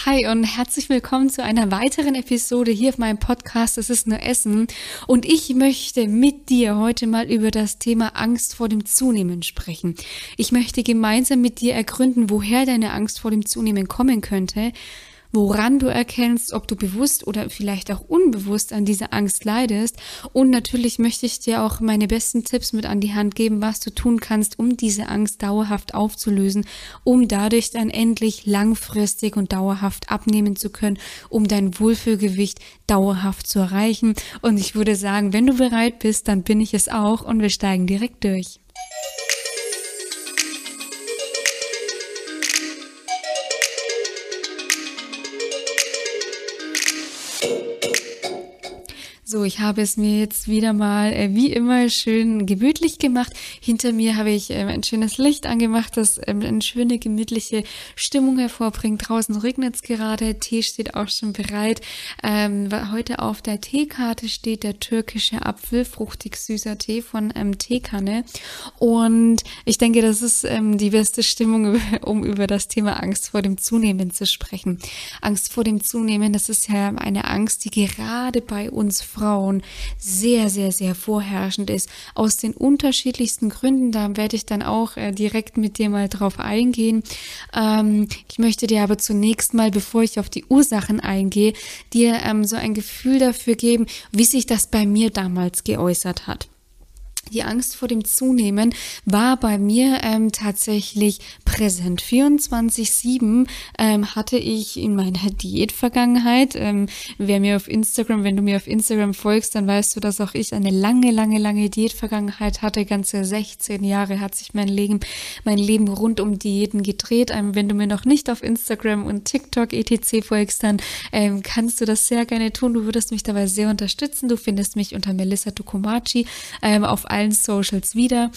Hi und herzlich willkommen zu einer weiteren Episode hier auf meinem Podcast Es ist nur Essen und ich möchte mit dir heute mal über das Thema Angst vor dem Zunehmen sprechen. Ich möchte gemeinsam mit dir ergründen, woher deine Angst vor dem Zunehmen kommen könnte, woran du erkennst, ob du bewusst oder vielleicht auch unbewusst an dieser Angst leidest. Und natürlich möchte ich dir auch meine besten Tipps mit an die Hand geben, was du tun kannst, um diese Angst dauerhaft aufzulösen, um dadurch dann endlich langfristig und dauerhaft abnehmen zu können, um dein Wohlfühlgewicht dauerhaft zu erreichen. Und ich würde sagen, wenn du bereit bist, dann bin ich es auch und wir steigen direkt durch. So, ich habe es mir jetzt wieder mal wie immer schön gemütlich gemacht. Hinter mir habe ich ein schönes Licht angemacht, das eine schöne gemütliche Stimmung hervorbringt. Draußen regnet es gerade, Tee steht auch schon bereit. Heute auf der Teekarte steht der türkische Apfel, fruchtig süßer Tee von Teekanne. Und ich denke, das ist die beste Stimmung, um über das Thema Angst vor dem Zunehmen zu sprechen. Angst vor dem Zunehmen, das ist ja eine Angst, die gerade bei uns Frauen sehr, sehr, sehr vorherrschend ist. Aus den unterschiedlichsten Gründen, da werde ich dann auch direkt mit dir mal drauf eingehen. Ich möchte dir aber zunächst mal, bevor ich auf die Ursachen eingehe, dir so ein Gefühl dafür geben, wie sich das bei mir damals geäußert hat. Die Angst vor dem Zunehmen war bei mir tatsächlich präsent. 24/7 hatte ich in meiner Diätvergangenheit. Wenn du mir auf Instagram folgst, dann weißt du, dass auch ich eine lange Diätvergangenheit hatte. Ganze 16 Jahre hat sich mein Leben rund um Diäten gedreht. Wenn du mir noch nicht auf Instagram und TikTok etc. folgst, dann kannst du das sehr gerne tun. Du würdest mich dabei sehr unterstützen. Du findest mich unter Melissa Tukumachi auf allen Socials wieder.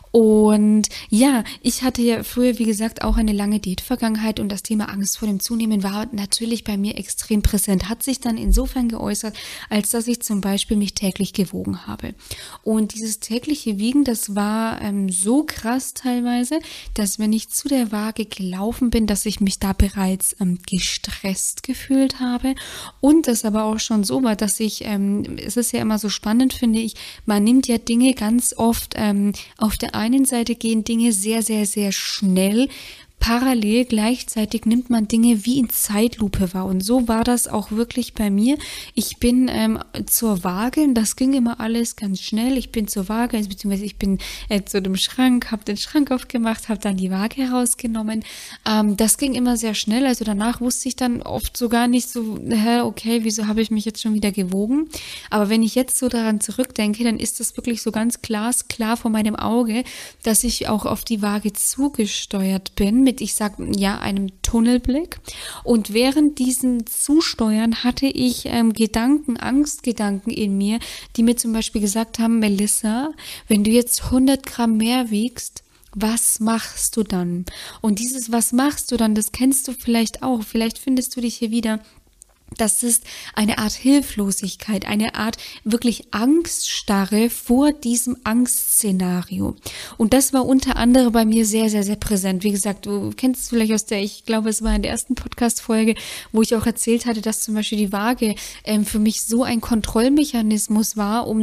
Und ja, ich hatte ja früher, wie gesagt, auch eine lange Diätvergangenheit und das Thema Angst vor dem Zunehmen war natürlich bei mir extrem präsent. Hat sich dann insofern geäußert, als dass ich zum Beispiel mich täglich gewogen habe. Und dieses tägliche Wiegen, das war so krass teilweise, dass wenn ich zu der Waage gelaufen bin, dass ich mich da bereits gestresst gefühlt habe und das aber auch schon so war, dass es ist ja immer so spannend, finde ich, man nimmt ja Dinge ganz oft, auf der einen Seite gehen Dinge sehr, sehr, sehr schnell. Parallel gleichzeitig nimmt man Dinge wie in Zeitlupe wahr und so war das auch wirklich bei mir. Ich bin zur Waage, das ging immer alles ganz schnell. Ich bin zur Waage, beziehungsweise ich bin zu dem Schrank, habe den Schrank aufgemacht, habe dann die Waage herausgenommen. Das ging immer sehr schnell, also danach wusste ich dann oft so gar nicht so, okay, wieso habe ich mich jetzt schon wieder gewogen? Aber wenn ich jetzt so daran zurückdenke, dann ist das wirklich so ganz glasklar vor meinem Auge, dass ich auch auf die Waage zugesteuert bin, einem Tunnelblick. Und während diesen Zusteuern hatte ich Angstgedanken in mir, die mir zum Beispiel gesagt haben, Melissa, wenn du jetzt 100 Gramm mehr wiegst, was machst du dann? Und dieses was machst du dann, das kennst du vielleicht auch. Vielleicht findest du dich hier wieder. Das ist eine Art Hilflosigkeit, eine Art wirklich Angststarre vor diesem Angstszenario. Und das war unter anderem bei mir sehr, sehr, sehr präsent. Wie gesagt, du kennst es vielleicht ich glaube, es war in der ersten Podcast-Folge, wo ich auch erzählt hatte, dass zum Beispiel die Waage für mich so ein Kontrollmechanismus war, um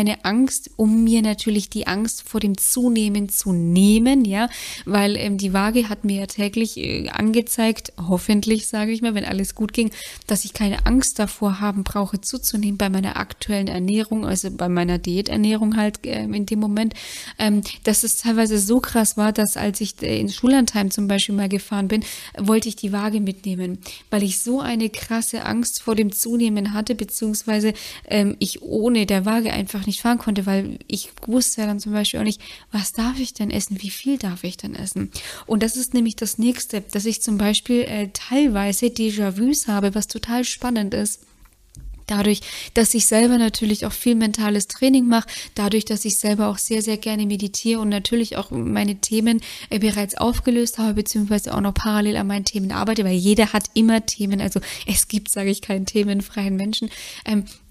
mir natürlich die Angst vor dem Zunehmen zu nehmen, ja, weil die Waage hat mir ja täglich angezeigt, hoffentlich, sage ich mal, wenn alles gut ging, dass ich keine Angst davor haben brauche, zuzunehmen bei meiner aktuellen Ernährung, also bei meiner Diäternährung halt in dem Moment, dass es teilweise so krass war, dass als ich in Schullandheim zum Beispiel mal gefahren bin, wollte ich die Waage mitnehmen, weil ich so eine krasse Angst vor dem Zunehmen hatte, beziehungsweise ich ohne der Waage einfach nicht fahren konnte, weil ich wusste ja dann zum Beispiel auch nicht, was darf ich denn essen, wie viel darf ich denn essen? Und das ist nämlich das Nächste, dass ich zum Beispiel teilweise Déjà-vus habe, was total spannend ist. Dadurch, dass ich selber natürlich auch viel mentales Training mache, dadurch, dass ich selber auch sehr, sehr gerne meditiere und natürlich auch meine Themen bereits aufgelöst habe, beziehungsweise auch noch parallel an meinen Themen arbeite, weil jeder hat immer Themen, also es gibt, sage ich, keinen themenfreien Menschen,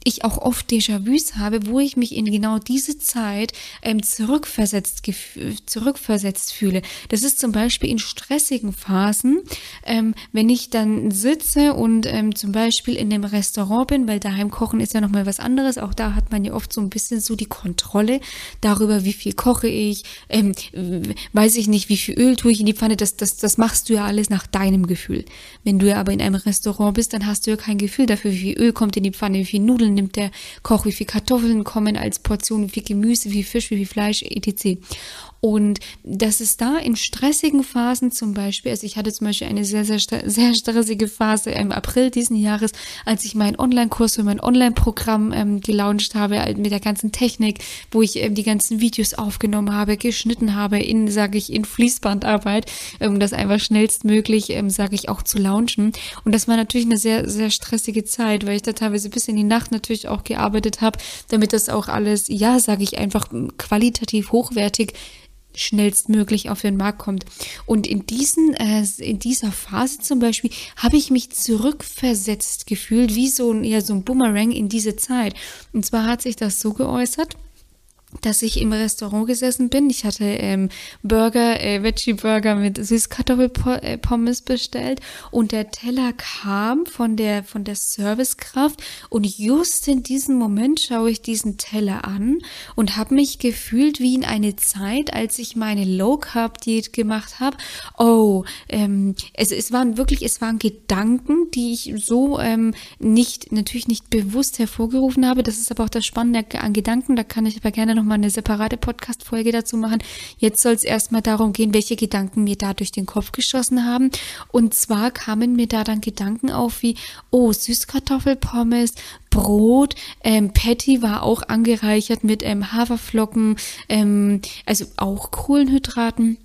ich auch oft Déjà-vus habe, wo ich mich in genau diese Zeit zurückversetzt fühle. Das ist zum Beispiel in stressigen Phasen, wenn ich dann sitze und zum Beispiel in einem Restaurant bin, weil daheim kochen ist ja nochmal was anderes. Auch da hat man ja oft so ein bisschen so die Kontrolle darüber, wie viel koche ich, weiß ich nicht, wie viel Öl tue ich in die Pfanne. Das machst du ja alles nach deinem Gefühl. Wenn du ja aber in einem Restaurant bist, dann hast du ja kein Gefühl dafür, wie viel Öl kommt in die Pfanne, wie viel Nudeln nimmt der Koch, wie viel Kartoffeln kommen als Portion, wie viel Gemüse, wie viel Fisch, wie viel Fleisch, etc. Und das ist da in stressigen Phasen zum Beispiel, also ich hatte zum Beispiel eine sehr, sehr, sehr stressige Phase im April diesen Jahres, als ich meinen Online-Kurs für mein Online-Programm gelauncht habe, mit der ganzen Technik, wo ich die ganzen Videos aufgenommen habe, geschnitten habe in Fließbandarbeit, um das einfach schnellstmöglich, auch zu launchen. Und das war natürlich eine sehr, sehr stressige Zeit, weil ich da teilweise bis in die Nacht natürlich auch gearbeitet habe, damit das auch alles, qualitativ hochwertig schnellstmöglich auf den Markt kommt. Und in dieser Phase zum Beispiel habe ich mich zurückversetzt gefühlt, wie so ein Boomerang in diese Zeit. Und zwar hat sich das so geäußert, dass ich im Restaurant gesessen bin. Ich hatte Veggie-Burger mit Süßkartoffelpommes bestellt und der Teller kam von der Servicekraft und just in diesem Moment schaue ich diesen Teller an und habe mich gefühlt wie in eine Zeit, als ich meine Low-Carb-Diät gemacht habe. Es waren Gedanken, die ich so natürlich nicht bewusst hervorgerufen habe. Das ist aber auch das Spannende an Gedanken. Da kann ich aber gerne noch mal eine separate Podcast-Folge dazu machen. Jetzt soll es erstmal darum gehen, welche Gedanken mir da durch den Kopf geschossen haben. Und zwar kamen mir da dann Gedanken auf wie, Süßkartoffelpommes, Brot, Patty war auch angereichert mit Haferflocken, also auch Kohlenhydraten.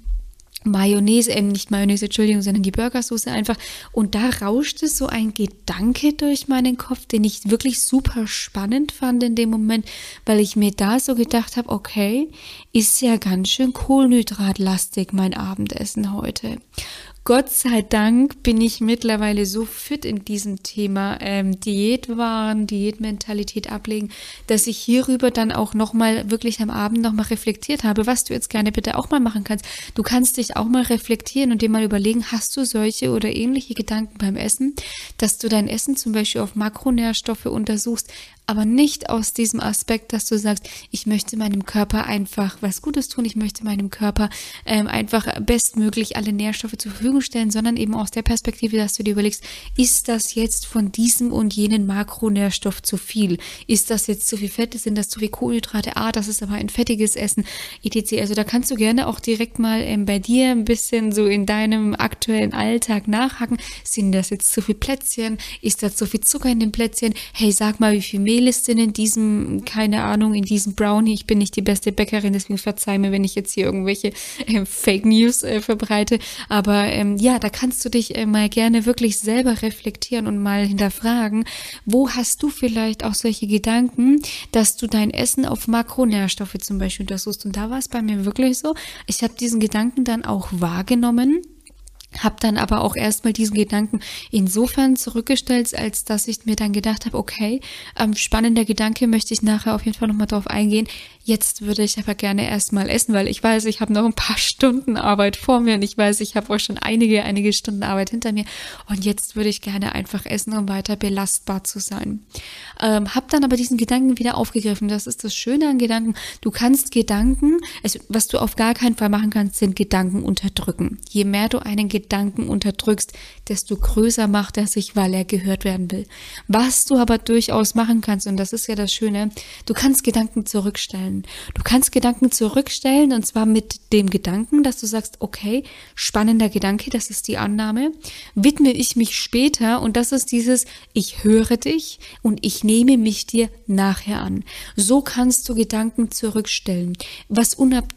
Nicht Mayonnaise, Entschuldigung, sondern die Burgersoße einfach. Und da rauschte so ein Gedanke durch meinen Kopf, den ich wirklich super spannend fand in dem Moment, weil ich mir da so gedacht habe, okay, ist ja ganz schön kohlenhydratlastig mein Abendessen heute. Gott sei Dank bin ich mittlerweile so fit in diesem Thema Diätwahn, Diätmentalität ablegen, dass ich hierüber dann auch nochmal wirklich am Abend nochmal reflektiert habe, was du jetzt gerne bitte auch mal machen kannst. Du kannst dich auch mal reflektieren und dir mal überlegen, hast du solche oder ähnliche Gedanken beim Essen, dass du dein Essen zum Beispiel auf Makronährstoffe untersuchst, aber nicht aus diesem Aspekt, dass du sagst, ich möchte meinem Körper einfach was Gutes tun, ich möchte meinem Körper einfach bestmöglich alle Nährstoffe zur Verfügung stellen, sondern eben aus der Perspektive, dass du dir überlegst, ist das jetzt von diesem und jenen Makronährstoff zu viel? Ist das jetzt zu viel Fette? Sind das zu viel Kohlenhydrate? Das ist aber ein fettiges Essen, etc. Also da kannst du gerne auch direkt mal bei dir ein bisschen so in deinem aktuellen Alltag nachhaken. Sind das jetzt zu viel Plätzchen? Ist das zu viel Zucker in den Plätzchen? Hey, sag mal, wie viel Mehl ist denn in diesem, keine Ahnung, in diesem Brownie? Ich bin nicht die beste Bäckerin, deswegen verzeih mir, wenn ich jetzt hier irgendwelche Fake News verbreite. Aber da kannst du dich mal gerne wirklich selber reflektieren und mal hinterfragen, wo hast du vielleicht auch solche Gedanken, dass du dein Essen auf Makronährstoffe zum Beispiel untersuchst. Und da war es bei mir wirklich so, ich habe diesen Gedanken dann auch wahrgenommen, habe dann aber auch erstmal diesen Gedanken insofern zurückgestellt, als dass ich mir dann gedacht habe, okay, spannender Gedanke, möchte ich nachher auf jeden Fall nochmal drauf eingehen. Jetzt würde ich aber gerne erstmal essen, weil ich weiß, ich habe noch ein paar Stunden Arbeit vor mir und ich weiß, ich habe auch schon einige Stunden Arbeit hinter mir und jetzt würde ich gerne einfach essen, um weiter belastbar zu sein. Habe dann aber diesen Gedanken wieder aufgegriffen. Das ist das Schöne an Gedanken. Du kannst Gedanken, also was du auf gar keinen Fall machen kannst, sind Gedanken unterdrücken. Je mehr du einen Gedanken unterdrückst, desto größer macht er sich, weil er gehört werden will. Was du aber durchaus machen kannst, und das ist ja das Schöne, du kannst Gedanken zurückstellen. Du kannst Gedanken zurückstellen und zwar mit dem Gedanken, dass du sagst, okay, spannender Gedanke, das ist die Annahme, widme ich mich später und das ist dieses, ich höre dich und ich nehme mich dir nachher an. So kannst du Gedanken zurückstellen. Was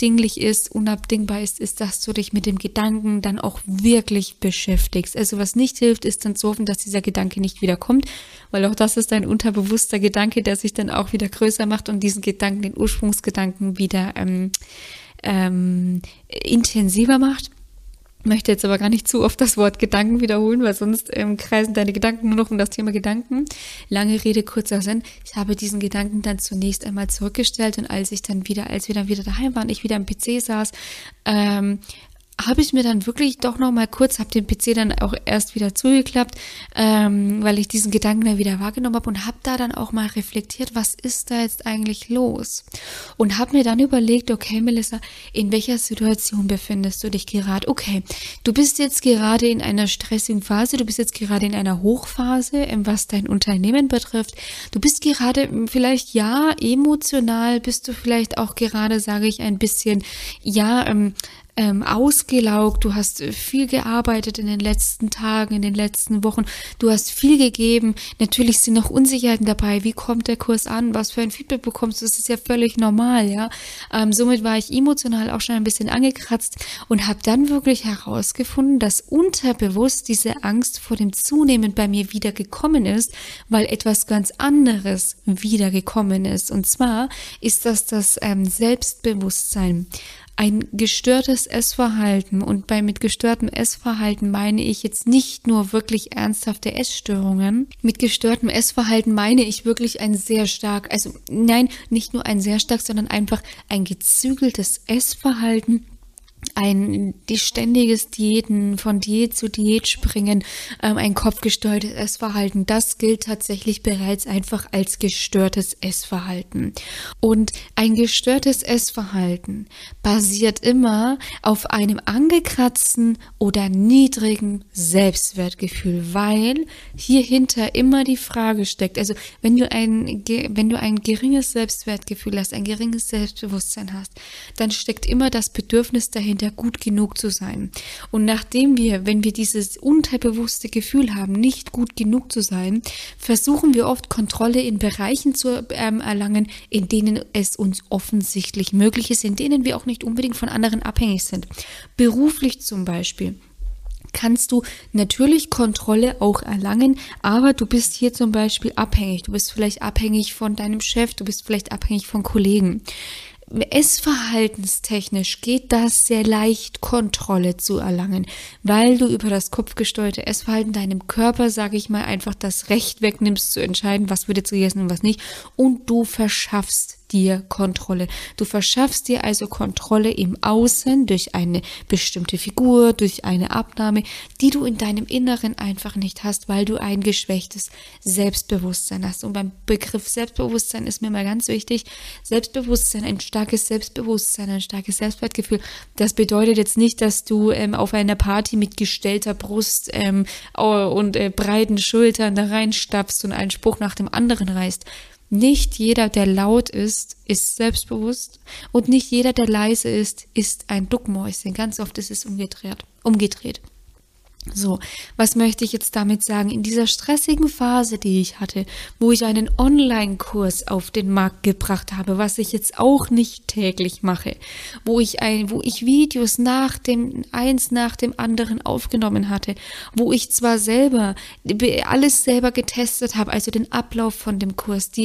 unabdingbar ist, dass du dich mit dem Gedanken dann auch wirklich beschäftigst. Also was nicht hilft, ist dann zu hoffen, dass dieser Gedanke nicht wieder kommt, weil auch das ist ein unterbewusster Gedanke, der sich dann auch wieder größer macht und diesen Gedanken, den Ursprungsgedanken wieder intensiver macht. Möchte jetzt aber gar nicht zu oft das Wort Gedanken wiederholen, weil sonst kreisen deine Gedanken nur noch um das Thema Gedanken. Lange Rede, kurzer Sinn. Ich habe diesen Gedanken dann zunächst einmal zurückgestellt und als wir dann wieder daheim waren, ich wieder am PC saß, habe ich mir dann wirklich doch noch mal kurz, habe den PC dann auch erst wieder zugeklappt, weil ich diesen Gedanken dann wieder wahrgenommen habe und habe da dann auch mal reflektiert, was ist da jetzt eigentlich los? Und habe mir dann überlegt, okay, Melissa, in welcher Situation befindest du dich gerade? Okay, du bist jetzt gerade in einer stressigen Phase, du bist jetzt gerade in einer Hochphase, was dein Unternehmen betrifft. Du bist gerade vielleicht, ja, emotional, bist du vielleicht auch gerade, sage ich, ein bisschen, ja, ausgelaugt, du hast viel gearbeitet in den letzten Tagen, in den letzten Wochen, du hast viel gegeben, natürlich sind noch Unsicherheiten dabei, wie kommt der Kurs an, was für ein Feedback bekommst du, das ist ja völlig normal, ja, somit war ich emotional auch schon ein bisschen angekratzt und habe dann wirklich herausgefunden, dass unterbewusst diese Angst vor dem Zunehmen bei mir wieder gekommen ist, weil etwas ganz anderes wieder gekommen ist, und zwar ist das Selbstbewusstsein. Ein gestörtes Essverhalten, und mit gestörtem Essverhalten meine ich jetzt nicht nur wirklich ernsthafte Essstörungen. Mit gestörtem Essverhalten meine ich wirklich nicht nur ein sehr stark, sondern einfach ein gezügeltes Essverhalten. Die ständiges Diäten, von Diät zu Diät springen, ein kopfgesteuertes Essverhalten, das gilt tatsächlich bereits einfach als gestörtes Essverhalten. Und ein gestörtes Essverhalten basiert immer auf einem angekratzten oder niedrigen Selbstwertgefühl, weil hierhinter immer die Frage steckt, also wenn du ein geringes Selbstwertgefühl hast, ein geringes Selbstbewusstsein hast, dann steckt immer das Bedürfnis dahinter, gut genug zu sein. Und wenn wir dieses unterbewusste Gefühl haben, nicht gut genug zu sein, versuchen wir oft Kontrolle in Bereichen zu erlangen, in denen es uns offensichtlich möglich ist, in denen wir auch nicht unbedingt von anderen abhängig sind. Beruflich zum Beispiel kannst du natürlich Kontrolle auch erlangen, aber du bist hier zum Beispiel abhängig. Du bist vielleicht abhängig von deinem Chef, du bist vielleicht abhängig von Kollegen. Essverhaltenstechnisch geht das sehr leicht, Kontrolle zu erlangen, weil du über das kopfgesteuerte Essverhalten deinem Körper, sage ich mal, einfach das Recht wegnimmst zu entscheiden, was wird jetzt gegessen und was nicht, und du verschaffst dir Kontrolle. Du verschaffst dir also Kontrolle im Außen durch eine bestimmte Figur, durch eine Abnahme, die du in deinem Inneren einfach nicht hast, weil du ein geschwächtes Selbstbewusstsein hast. Und beim Begriff Selbstbewusstsein ist mir mal ganz wichtig, Selbstbewusstsein, ein starkes Selbstbewusstsein, ein starkes Selbstwertgefühl, das bedeutet jetzt nicht, dass du auf einer Party mit gestellter Brust und breiten Schultern da reinstapfst und einen Spruch nach dem anderen reißt. Nicht jeder, der laut ist selbstbewusst, und nicht jeder, der leise ist ein Duckmäuschen. Ganz oft ist es umgedreht. So, was möchte ich jetzt damit sagen? In dieser stressigen Phase, die ich hatte, wo ich einen Online-Kurs auf den Markt gebracht habe, was ich jetzt auch nicht täglich mache, wo ich Videos eins nach dem anderen aufgenommen hatte, wo ich zwar alles selber getestet habe, also den Ablauf von dem Kurs, die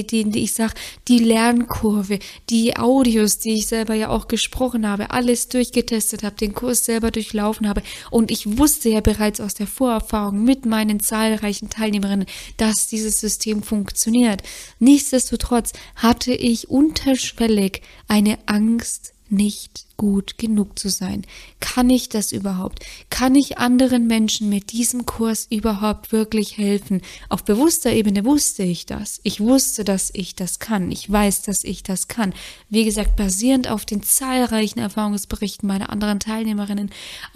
Lernkurve, die Audios, die ich selber ja auch gesprochen habe, alles durchgetestet habe, den Kurs selber durchlaufen habe, und ich wusste ja bereits aus der Vorerfahrung mit meinen zahlreichen Teilnehmerinnen, dass dieses System funktioniert. Nichtsdestotrotz hatte ich unterschwellig eine Angst, nicht gut genug zu sein. Kann ich das überhaupt? Kann ich anderen Menschen mit diesem Kurs überhaupt wirklich helfen? Auf bewusster Ebene wusste ich das. Ich wusste, dass ich das kann. Ich weiß, dass ich das kann. Wie gesagt, basierend auf den zahlreichen Erfahrungsberichten meiner anderen Teilnehmerinnen,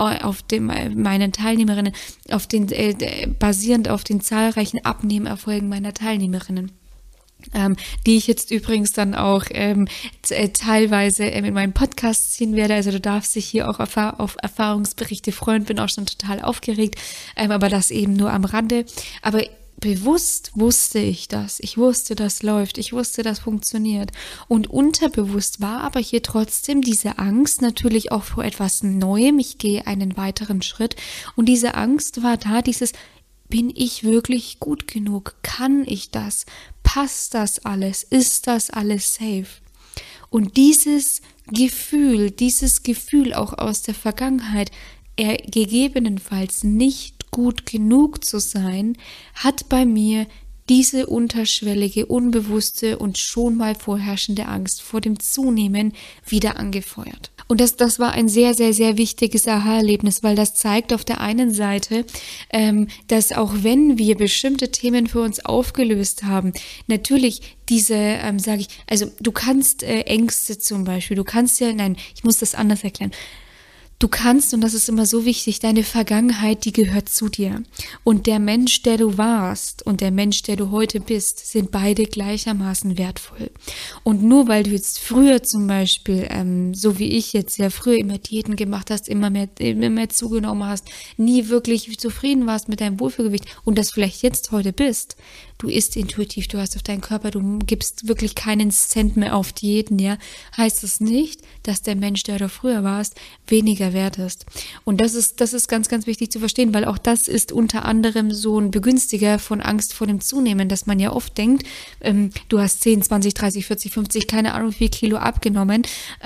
basierend auf den zahlreichen Abnehmerfolgen meiner Teilnehmerinnen. Die ich jetzt übrigens dann auch teilweise in meinen Podcast ziehen werde. Also du darfst dich hier auch auf Erfahrungsberichte freuen, bin auch schon total aufgeregt, aber das eben nur am Rande. Aber bewusst wusste ich das. Ich wusste, das läuft. Ich wusste, das funktioniert. Und unterbewusst war aber hier trotzdem diese Angst natürlich auch vor etwas Neuem. Ich gehe einen weiteren Schritt. Und diese Angst war da, bin ich wirklich gut genug? Kann ich das? Passt das alles? Ist das alles safe? Und dieses Gefühl auch aus der Vergangenheit, gegebenenfalls nicht gut genug zu sein, hat bei mir diese unterschwellige, unbewusste und schon mal vorherrschende Angst vor dem Zunehmen wieder angefeuert. Und das war ein sehr, sehr, sehr wichtiges Aha-Erlebnis, weil das zeigt auf der einen Seite, dass auch wenn wir bestimmte Themen für uns aufgelöst haben, natürlich diese, sage ich, also du kannst Ängste zum Beispiel, ich muss das anders erklären. Du kannst, und das ist immer so wichtig, deine Vergangenheit, die gehört zu dir. Und der Mensch, der du warst und der Mensch, der du heute bist, sind beide gleichermaßen wertvoll. Und nur weil du jetzt früher zum Beispiel, so wie ich jetzt ja früher immer Diäten gemacht hast, immer mehr zugenommen hast, nie wirklich zufrieden warst mit deinem Wohlfühlgewicht und das vielleicht jetzt heute bist, du isst intuitiv, du hast auf deinen Körper, du gibst wirklich keinen Cent mehr auf Diäten, ja, heißt das nicht, dass der Mensch, der du früher warst, weniger wert ist. Und das ist ganz, ganz wichtig zu verstehen, weil auch das ist unter anderem so ein Begünstiger von Angst vor dem Zunehmen, dass man ja oft denkt, du hast 10, 20, 30, 40, 50, keine Ahnung wie viel Kilo abgenommen,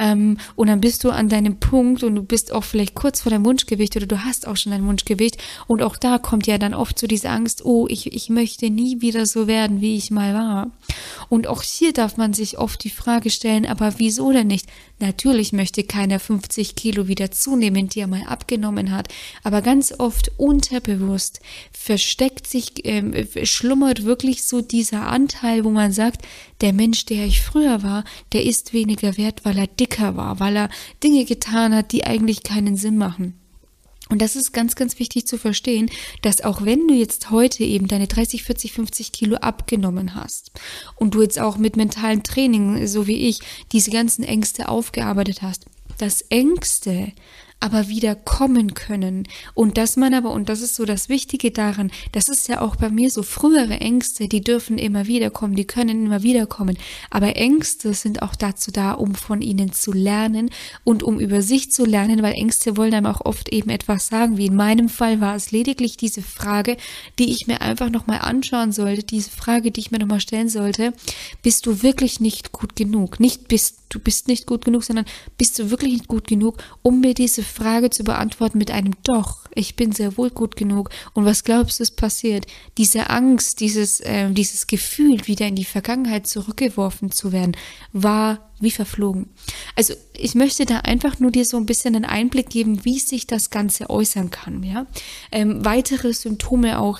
und dann bist du an deinem Punkt und du bist auch vielleicht kurz vor deinem Wunschgewicht oder du hast auch schon dein Wunschgewicht und auch da kommt ja dann oft so diese Angst, oh, ich möchte nie wieder so werden, wie ich mal war. Und auch hier darf man sich oft die Frage stellen, aber wieso denn nicht? Natürlich möchte keiner 50 Kilo wieder zunehmen, die er mal abgenommen hat, aber ganz oft unterbewusst versteckt sich, schlummert wirklich so dieser Anteil, wo man sagt, der Mensch, der ich früher war, der ist weniger wert, weil er dicker war, weil er Dinge getan hat, die eigentlich keinen Sinn machen. Und das ist ganz, ganz wichtig zu verstehen, dass auch wenn du jetzt heute eben deine 30, 40, 50 Kilo abgenommen hast und du jetzt auch mit mentalem Training, so wie ich, diese ganzen Ängste aufgearbeitet hast, dass Ängste aber wieder kommen können und dass man aber, und das ist so das Wichtige daran, das ist ja auch bei mir so, frühere Ängste, die dürfen immer wieder kommen, die können immer wieder kommen, aber Ängste sind auch dazu da, um von ihnen zu lernen und um über sich zu lernen, weil Ängste wollen einem auch oft eben etwas sagen, wie in meinem Fall war es lediglich diese Frage, die ich mir einfach nochmal anschauen sollte, diese Frage, die ich mir nochmal stellen sollte, bist du wirklich nicht gut genug? Du bist nicht gut genug, sondern bist du wirklich nicht gut genug, um mir diese Frage zu beantworten mit einem Doch, ich bin sehr wohl gut genug. Und was glaubst du, ist passiert? Diese Angst, dieses Gefühl, wieder in die Vergangenheit zurückgeworfen zu werden, war wie verflogen. Also ich möchte da einfach nur dir so ein bisschen einen Einblick geben, wie sich das Ganze äußern kann. Ja? Weitere Symptome auch,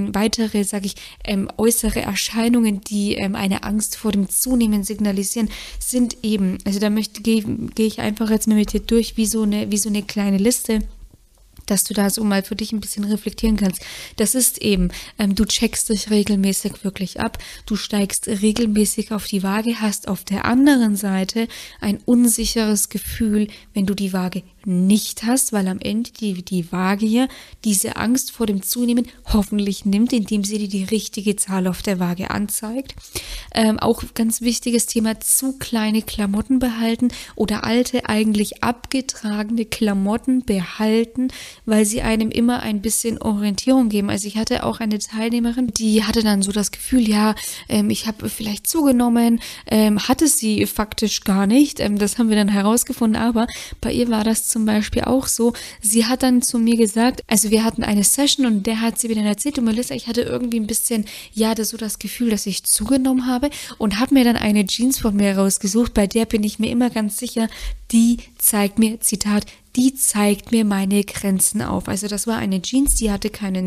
äußere Erscheinungen, die eine Angst vor dem Zunehmen signalisieren, sind eben, also da gehe ich einfach jetzt mal mit dir durch, wie so eine kleine Liste, dass du da so mal für dich ein bisschen reflektieren kannst. Das ist eben, du checkst dich regelmäßig wirklich ab, du steigst regelmäßig auf die Waage, hast auf der anderen Seite ein unsicheres Gefühl, wenn du die Waage nicht hast, weil am Ende die Waage hier diese Angst vor dem Zunehmen hoffentlich nimmt, indem sie dir die richtige Zahl auf der Waage anzeigt. Auch ganz wichtiges Thema, zu kleine Klamotten behalten oder alte, eigentlich abgetragene Klamotten behalten, weil sie einem immer ein bisschen Orientierung geben. Also ich hatte auch eine Teilnehmerin, die hatte dann so das Gefühl, ja, ich habe vielleicht zugenommen, hatte sie faktisch gar nicht. Das haben wir dann herausgefunden, aber bei ihr war das zum Beispiel auch so. Sie hat dann zu mir gesagt, also wir hatten eine Session und der hat sie mir dann erzählt, und Melissa, ich hatte irgendwie ein bisschen, das Gefühl, dass ich zugenommen habe, und habe mir dann eine Jeans von mir rausgesucht, bei der bin ich mir immer ganz sicher, die zeigt mir, Zitat, die zeigt mir meine Grenzen auf. Also das war eine Jeans, sie hatte einen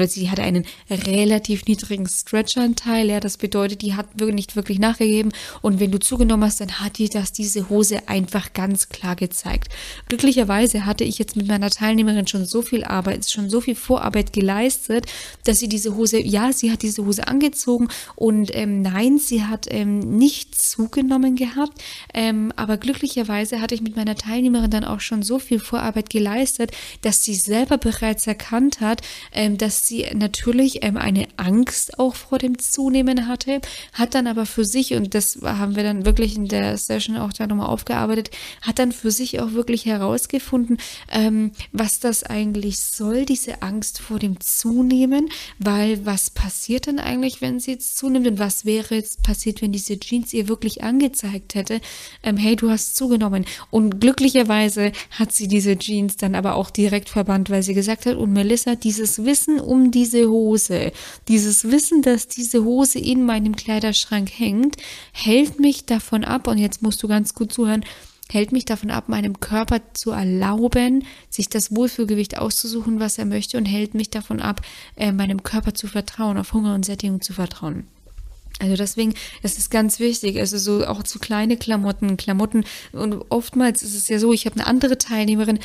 relativ niedrigen Stretchanteil. Ja, das bedeutet, die hat nicht wirklich nachgegeben. Und wenn du zugenommen hast, dann hat dir diese Hose einfach ganz klar gezeigt. Glücklicherweise hatte ich jetzt mit meiner Teilnehmerin schon so viel Vorarbeit geleistet, dass sie sie hat diese Hose angezogen und nein, sie hat nicht zugenommen gehabt. Aber glücklicherweise hatte ich mit meiner Teilnehmerin dann auch schon so viel Vorarbeit geleistet, dass sie selber bereits erkannt hat, dass sie natürlich eine Angst auch vor dem Zunehmen hatte, hat dann aber für sich, und das haben wir dann wirklich in der Session auch da nochmal aufgearbeitet, hat dann für sich auch wirklich herausgefunden, was das eigentlich soll, diese Angst vor dem Zunehmen, weil was passiert denn eigentlich, wenn sie jetzt zunimmt, und was wäre jetzt passiert, wenn diese Jeans ihr wirklich angezeigt hätte, hey, du hast zugenommen, und glücklicherweise hat sie diese Jeans dann aber auch direkt verbannt, weil sie gesagt hat, und Melissa, dieses Wissen um diese Hose, dieses Wissen, dass diese Hose in meinem Kleiderschrank hängt, hält mich davon ab, und jetzt musst du ganz gut zuhören, hält mich davon ab, meinem Körper zu erlauben, sich das Wohlfühlgewicht auszusuchen, was er möchte, und hält mich davon ab, meinem Körper zu vertrauen, auf Hunger und Sättigung zu vertrauen. Also deswegen, das ist ganz wichtig, also so auch zu kleine Klamotten, und oftmals ist es ja so, ich habe eine andere Teilnehmerin,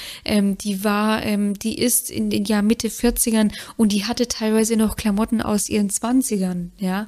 die ist in den Jahr Mitte 40ern, und die hatte teilweise noch Klamotten aus ihren 20ern, ja,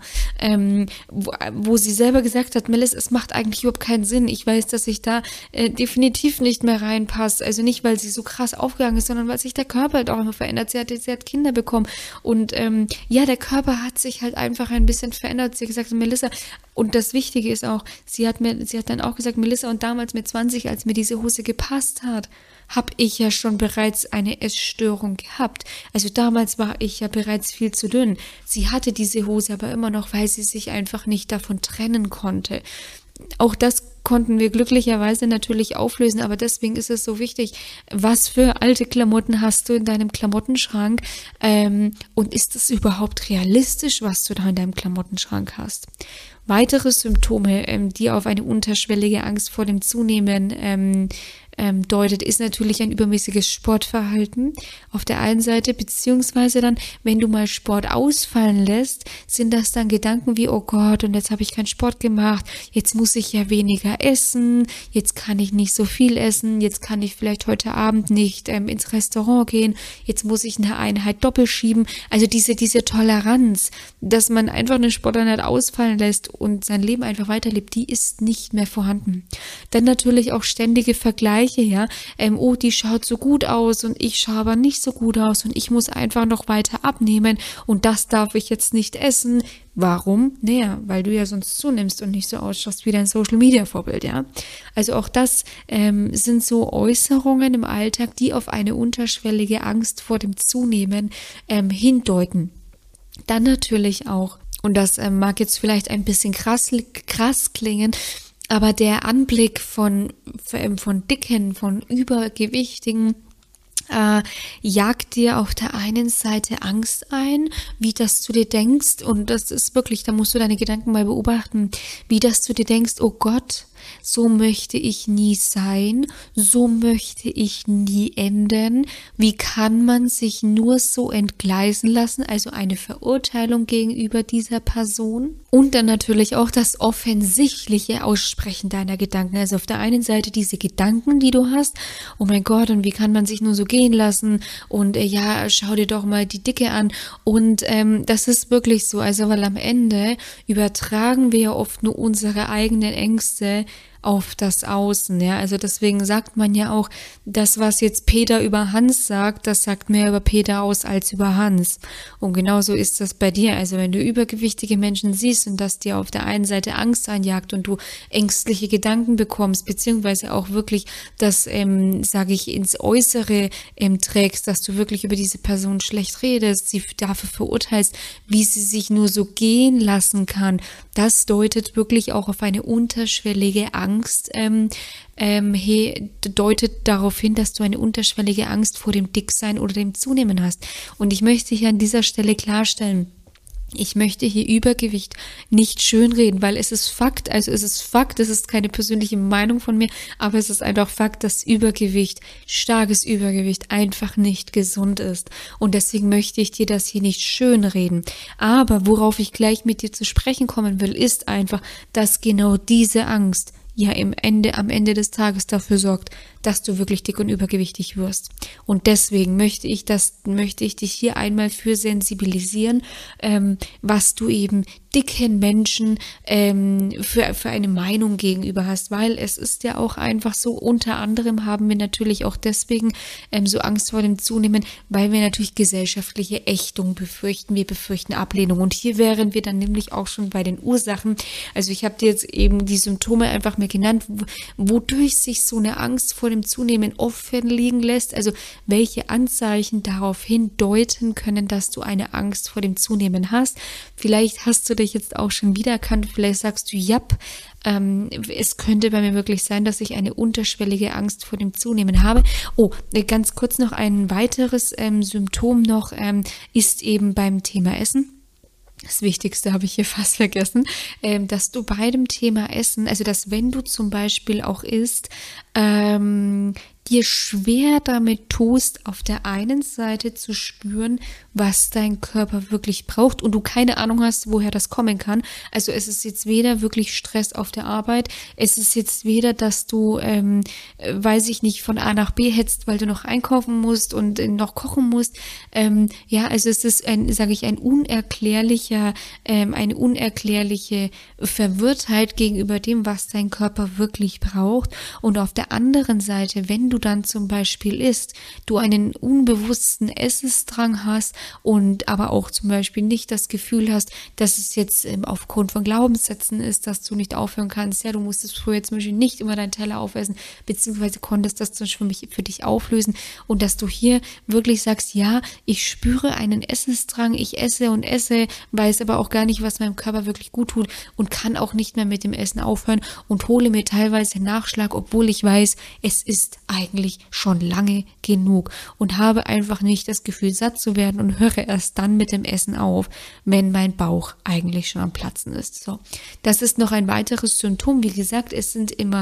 wo sie selber gesagt hat, Melissa, es macht eigentlich überhaupt keinen Sinn, ich weiß, dass ich da definitiv nicht mehr reinpasse, also nicht, weil sie so krass aufgegangen ist, sondern weil sich der Körper halt auch immer verändert, sie hat Kinder bekommen, und der Körper hat sich halt einfach ein bisschen verändert. Sie gesagt, Melissa, und das Wichtige ist auch, sie hat dann auch gesagt, Melissa, und damals mit 20, als mir diese Hose gepasst hat, habe ich ja schon bereits eine Essstörung gehabt. Also damals war ich ja bereits viel zu dünn. Sie hatte diese Hose aber immer noch, weil sie sich einfach nicht davon trennen konnte. Auch das konnten wir glücklicherweise natürlich auflösen, aber deswegen ist es so wichtig, was für alte Klamotten hast du in deinem Klamottenschrank, und ist es überhaupt realistisch, was du da in deinem Klamottenschrank hast? Weitere Symptome, die auf eine unterschwellige Angst vor dem Zunehmen deutet, ist natürlich ein übermäßiges Sportverhalten auf der einen Seite, beziehungsweise dann, wenn du mal Sport ausfallen lässt, sind das dann Gedanken wie, oh Gott, und jetzt habe ich keinen Sport gemacht, jetzt muss ich ja weniger essen, jetzt kann ich nicht so viel essen, jetzt kann ich vielleicht heute Abend nicht ins Restaurant gehen, jetzt muss ich eine Einheit doppelt schieben. Also diese Toleranz, dass man einfach eine Sporteinheit ausfallen lässt und sein Leben einfach weiterlebt, die ist nicht mehr vorhanden. Dann natürlich auch ständige Vergleiche, ja, oh, die schaut so gut aus und ich schaue aber nicht so gut aus und ich muss einfach noch weiter abnehmen und das darf ich jetzt nicht essen. Warum? Naja, weil du ja sonst zunimmst und nicht so ausschaust wie dein Social-Media-Vorbild, ja. Also auch das sind so Äußerungen im Alltag, die auf eine unterschwellige Angst vor dem Zunehmen hindeuten. Dann natürlich auch, und das mag jetzt vielleicht ein bisschen krass klingen, aber der Anblick von Dicken, von Übergewichtigen, jagt dir auf der einen Seite Angst ein, wie dass du dir denkst, und das ist wirklich, da musst du deine Gedanken mal beobachten, wie dass du dir denkst, oh Gott, so möchte ich nie sein, so möchte ich nie enden. Wie kann man sich nur so entgleisen lassen? Also eine Verurteilung gegenüber dieser Person. Und dann natürlich auch das offensichtliche Aussprechen deiner Gedanken. Also auf der einen Seite diese Gedanken, die du hast, oh mein Gott, und wie kann man sich nur so gehen lassen? Und ja, schau dir doch mal die Dicke an. Und das ist wirklich so, also weil am Ende übertragen wir ja oft nur unsere eigenen Ängste auf das Außen, ja, also deswegen sagt man ja auch, das, was jetzt Peter über Hans sagt, das sagt mehr über Peter aus als über Hans, und genauso ist das bei dir, also wenn du übergewichtige Menschen siehst und das dir auf der einen Seite Angst einjagt und du ängstliche Gedanken bekommst, beziehungsweise auch wirklich das, sage ich, ins Äußere trägst, dass du wirklich über diese Person schlecht redest, sie dafür verurteilst, wie sie sich nur so gehen lassen kann, das deutet wirklich auch auf eine unterschwellige Angst, deutet darauf hin, dass du eine unterschwellige Angst vor dem Dicksein oder dem Zunehmen hast. Und ich möchte hier an dieser Stelle klarstellen, ich möchte hier Übergewicht nicht schönreden, weil es ist Fakt, es ist keine persönliche Meinung von mir, aber es ist einfach Fakt, dass starkes Übergewicht einfach nicht gesund ist. Und deswegen möchte ich dir das hier nicht schönreden. Aber worauf ich gleich mit dir zu sprechen kommen will, ist einfach, dass genau diese Angst ja am Ende des Tages dafür sorgt, dass du wirklich dick und übergewichtig wirst. Und deswegen möchte ich dich hier einmal für sensibilisieren, was du eben dicken Menschen für eine Meinung gegenüber hast, weil es ist ja auch einfach so, unter anderem haben wir natürlich auch deswegen so Angst vor dem Zunehmen, weil wir natürlich gesellschaftliche Ächtung befürchten, wir befürchten Ablehnung, und hier wären wir dann nämlich auch schon bei den Ursachen. Also ich habe dir jetzt eben die Symptome einfach mal genannt, wodurch sich so eine Angst vor dem Zunehmen offen liegen lässt, also welche Anzeichen darauf hindeuten können, dass du eine Angst vor dem Zunehmen hast. Vielleicht hast du dich jetzt auch schon wiedererkannt, vielleicht sagst du, ja, es könnte bei mir wirklich sein, dass ich eine unterschwellige Angst vor dem Zunehmen habe. Oh, ganz kurz noch ein weiteres Symptom noch ist eben beim Thema Essen. Das Wichtigste habe ich hier fast vergessen, dass du bei dem Thema Essen, also dass wenn du zum Beispiel auch isst, dir schwer damit tust, auf der einen Seite zu spüren, was dein Körper wirklich braucht und du keine Ahnung hast, woher das kommen kann. Also es ist jetzt weder wirklich Stress auf der Arbeit, es ist jetzt weder, dass du, weiß ich nicht, von A nach B hetzt, weil du noch einkaufen musst und noch kochen musst. Also es ist eine unerklärliche Verwirrtheit gegenüber dem, was dein Körper wirklich braucht. Und auf der anderen Seite, wenn du dann zum Beispiel isst, du einen unbewussten Essensdrang hast und aber auch zum Beispiel nicht das Gefühl hast, dass es jetzt aufgrund von Glaubenssätzen ist, dass du nicht aufhören kannst. Ja, du musstest früher zum Beispiel nicht immer deinen Teller aufessen, beziehungsweise konntest das zum Beispiel für dich auflösen und dass du hier wirklich sagst, ja, ich spüre einen Essensdrang, ich esse und esse, weiß aber auch gar nicht, was meinem Körper wirklich gut tut und kann auch nicht mehr mit dem Essen aufhören und hole mir teilweise Nachschlag, obwohl ich weiß, es ist eigentlich schon lange genug und habe einfach nicht das Gefühl, satt zu werden und höre erst dann mit dem Essen auf, wenn mein Bauch eigentlich schon am Platzen ist. So, das ist noch ein weiteres Symptom. Wie gesagt, es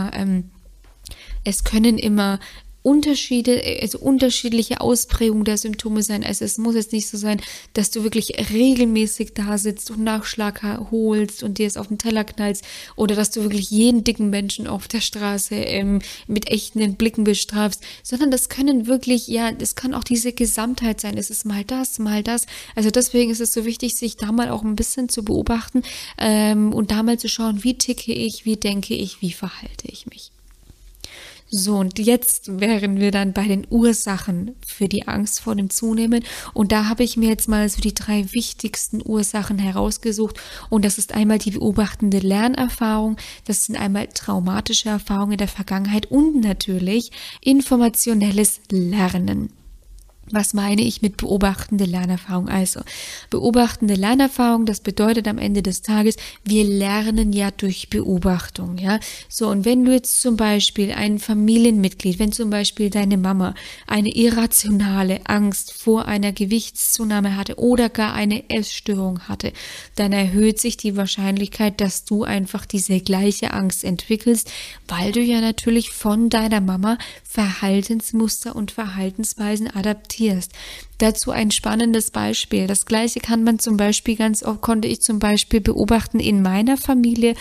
können immer unterschiedliche Ausprägungen der Symptome sein. Also es muss jetzt nicht so sein, dass du wirklich regelmäßig da sitzt und Nachschlag holst und dir es auf den Teller knallst oder dass du wirklich jeden dicken Menschen auf der Straße mit echten Blicken bestrafst, sondern das können wirklich, das kann auch diese Gesamtheit sein. Es ist mal das, mal das. Also deswegen ist es so wichtig, sich da mal auch ein bisschen zu beobachten und da mal zu schauen, wie ticke ich, wie denke ich, wie verhalte ich mich. So, und jetzt wären wir dann bei den Ursachen für die Angst vor dem Zunehmen. Und da habe ich mir jetzt mal so die 3 wichtigsten Ursachen herausgesucht. Und das ist einmal die beobachtende Lernerfahrung, das sind einmal traumatische Erfahrungen in der Vergangenheit und natürlich informationelles Lernen. Was meine ich mit beobachtende Lernerfahrung? Also, beobachtende Lernerfahrung, das bedeutet am Ende des Tages, wir lernen ja durch Beobachtung, ja. So, und wenn du jetzt zum Beispiel ein Familienmitglied, wenn zum Beispiel deine Mama eine irrationale Angst vor einer Gewichtszunahme hatte oder gar eine Essstörung hatte, dann erhöht sich die Wahrscheinlichkeit, dass du einfach diese gleiche Angst entwickelst, weil du ja natürlich von deiner Mama Verhaltensmuster und Verhaltensweisen adaptierst. Dazu ein spannendes Beispiel. Das Gleiche kann man zum Beispiel konnte ich zum Beispiel beobachten in meiner Familie.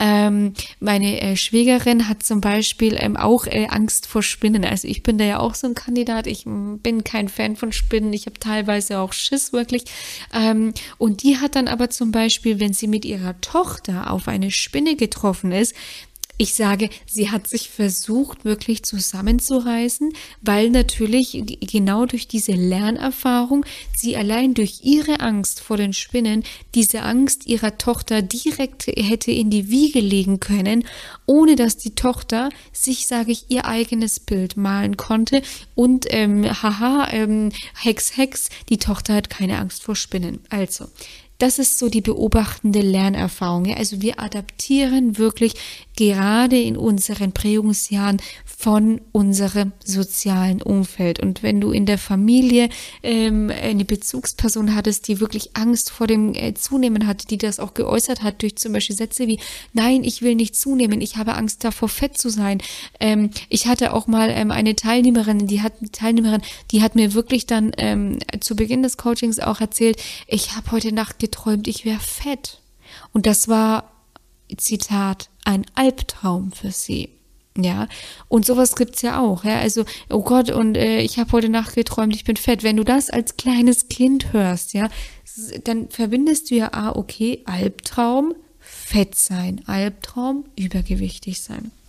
Meine Schwägerin hat zum Beispiel auch Angst vor Spinnen. Also ich bin da ja auch so ein Kandidat. Ich bin kein Fan von Spinnen. Ich habe teilweise auch Schiss wirklich. Und die hat dann aber zum Beispiel, wenn sie mit ihrer Tochter auf eine Spinne getroffen ist, ich sage, sie hat sich versucht, wirklich zusammenzureißen, weil natürlich genau durch diese Lernerfahrung sie allein durch ihre Angst vor den Spinnen diese Angst ihrer Tochter direkt hätte in die Wiege legen können, ohne dass die Tochter sich, sage ich, ihr eigenes Bild malen konnte und Hex, Hex, die Tochter hat keine Angst vor Spinnen. Also, das ist so die beobachtende Lernerfahrung. Ja? Also wir adaptieren wirklich gerade in unseren Prägungsjahren von unserem sozialen Umfeld. Und wenn du in der Familie eine Bezugsperson hattest, die wirklich Angst vor dem Zunehmen hatte, die das auch geäußert hat durch zum Beispiel Sätze wie, nein, ich will nicht zunehmen, ich habe Angst davor, fett zu sein. Ich hatte auch mal eine Teilnehmerin, die hat mir wirklich dann zu Beginn des Coachings auch erzählt, ich habe heute Nacht geträumt, ich wäre fett. Und das war, Zitat, ein Albtraum für sie. Ja, und sowas gibt's ja auch, ja, also, oh Gott, und ich habe heute Nacht geträumt, ich bin fett. Wenn du das als kleines Kind hörst, ja, dann verbindest du ja, okay, Albtraum, fett sein, Albtraum, übergewichtig sein.